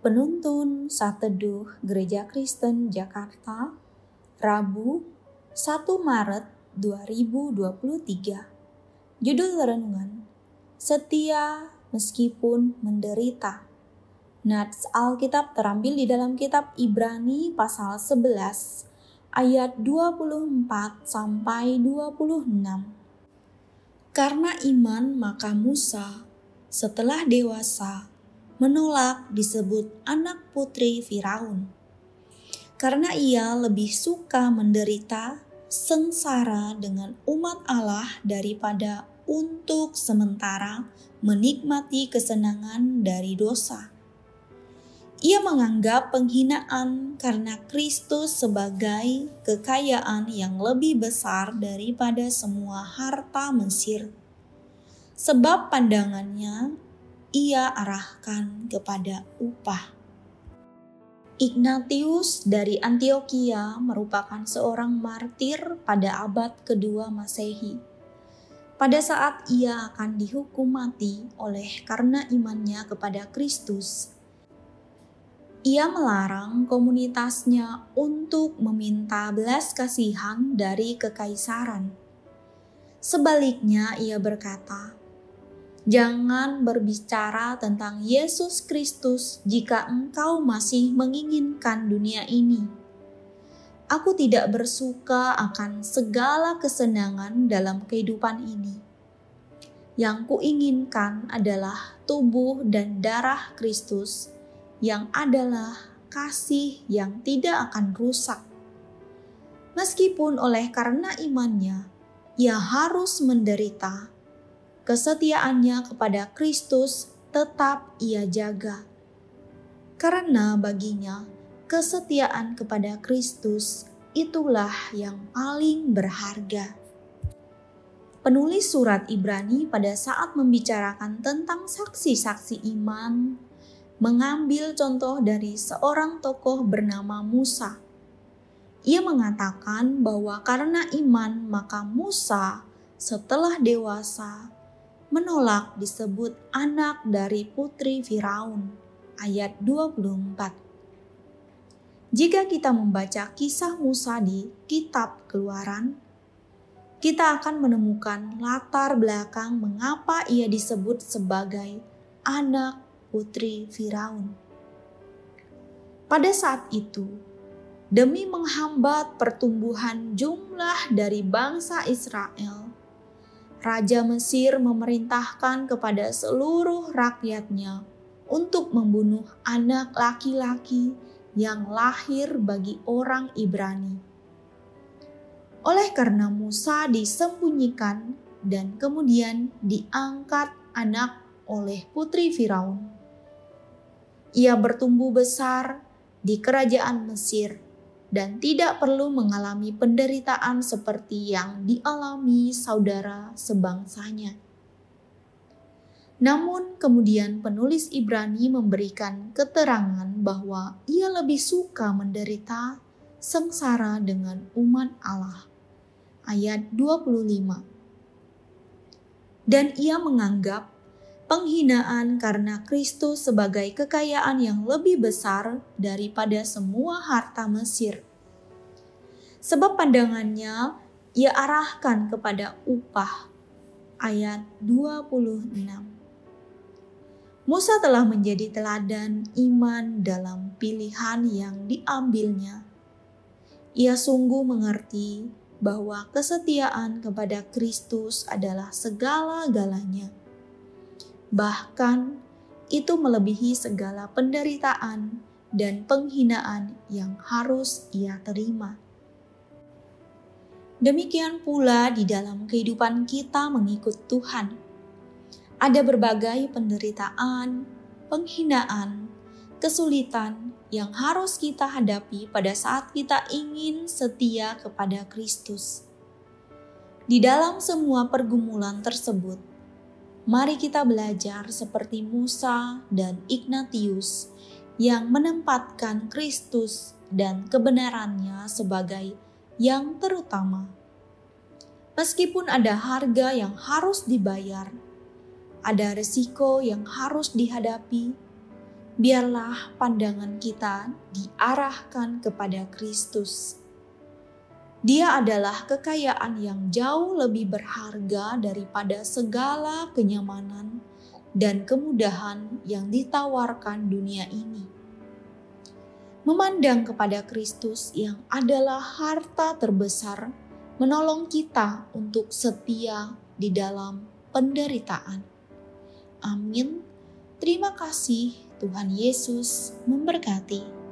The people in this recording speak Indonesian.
Penuntun Saat Teduh Gereja Kristen Jakarta, Rabu 1 Maret 2023. Judul renungan, Setia Meskipun Menderita. Nats Alkitab terambil di dalam kitab Ibrani pasal 11 ayat 24 sampai 26. Karena iman maka Musa setelah dewasa menolak disebut anak putri Firaun, karena ia lebih suka menderita sengsara dengan umat Allah daripada untuk sementara menikmati kesenangan dari dosa. Ia menganggap penghinaan karena Kristus sebagai kekayaan yang lebih besar daripada semua harta Mesir, sebab pandangannya ia arahkan kepada upah. Ignatius dari Antiokhia merupakan seorang martir pada abad kedua Masehi. Pada saat ia akan dihukum mati oleh karena imannya kepada Kristus, ia melarang komunitasnya untuk meminta belas kasihan dari kekaisaran. Sebaliknya ia berkata, "Jangan berbicara tentang Yesus Kristus jika engkau masih menginginkan dunia ini. Aku tidak bersuka akan segala kesenangan dalam kehidupan ini. Yang kuinginkan adalah tubuh dan darah Kristus, yang adalah kasih yang tidak akan rusak. Meskipun oleh karena imannya, ia harus menderita, kesetiaannya kepada Kristus tetap ia jaga. Karena baginya, kesetiaan kepada Kristus itulah yang paling berharga." Penulis surat Ibrani pada saat membicarakan tentang saksi-saksi iman, mengambil contoh dari seorang tokoh bernama Musa. Ia mengatakan bahwa karena iman maka Musa setelah dewasa menolak disebut anak dari putri Firaun. Ayat 24. Jika kita membaca kisah Musa di kitab Keluaran, kita akan menemukan latar belakang mengapa ia disebut sebagai anak putri Firaun. Pada saat itu, demi menghambat pertumbuhan jumlah dari bangsa Israel, Raja Mesir memerintahkan kepada seluruh rakyatnya untuk membunuh anak laki-laki yang lahir bagi orang Ibrani. Oleh karena Musa disembunyikan dan kemudian diangkat anak oleh putri Firaun, ia bertumbuh besar di kerajaan Mesir dan tidak perlu mengalami penderitaan seperti yang dialami saudara sebangsanya. Namun kemudian penulis Ibrani memberikan keterangan bahwa ia lebih suka menderita sengsara dengan umat Allah. Ayat 25. Dan ia menganggap penghinaan karena Kristus sebagai kekayaan yang lebih besar daripada semua harta Mesir. Sebab pandangannya ia arahkan kepada upah. Ayat 26. Musa telah menjadi teladan iman dalam pilihan yang diambilnya. Ia sungguh mengerti bahwa kesetiaan kepada Kristus adalah segala-galanya. Bahkan itu melebihi segala penderitaan dan penghinaan yang harus ia terima. Demikian pula di dalam kehidupan kita mengikut Tuhan. Ada berbagai penderitaan, penghinaan, kesulitan yang harus kita hadapi pada saat kita ingin setia kepada Kristus. Di dalam semua pergumulan tersebut, mari kita belajar seperti Musa dan Ignatius yang menempatkan Kristus dan kebenarannya sebagai yang terutama. Meskipun ada harga yang harus dibayar, ada resiko yang harus dihadapi, Biarlah pandangan kita diarahkan kepada Kristus. Dia adalah kekayaan yang jauh lebih berharga daripada segala kenyamanan dan kemudahan yang ditawarkan dunia ini. Memandang kepada Kristus yang adalah harta terbesar, menolong kita untuk setia di dalam penderitaan. Amin. Terima kasih. Tuhan Yesus memberkati.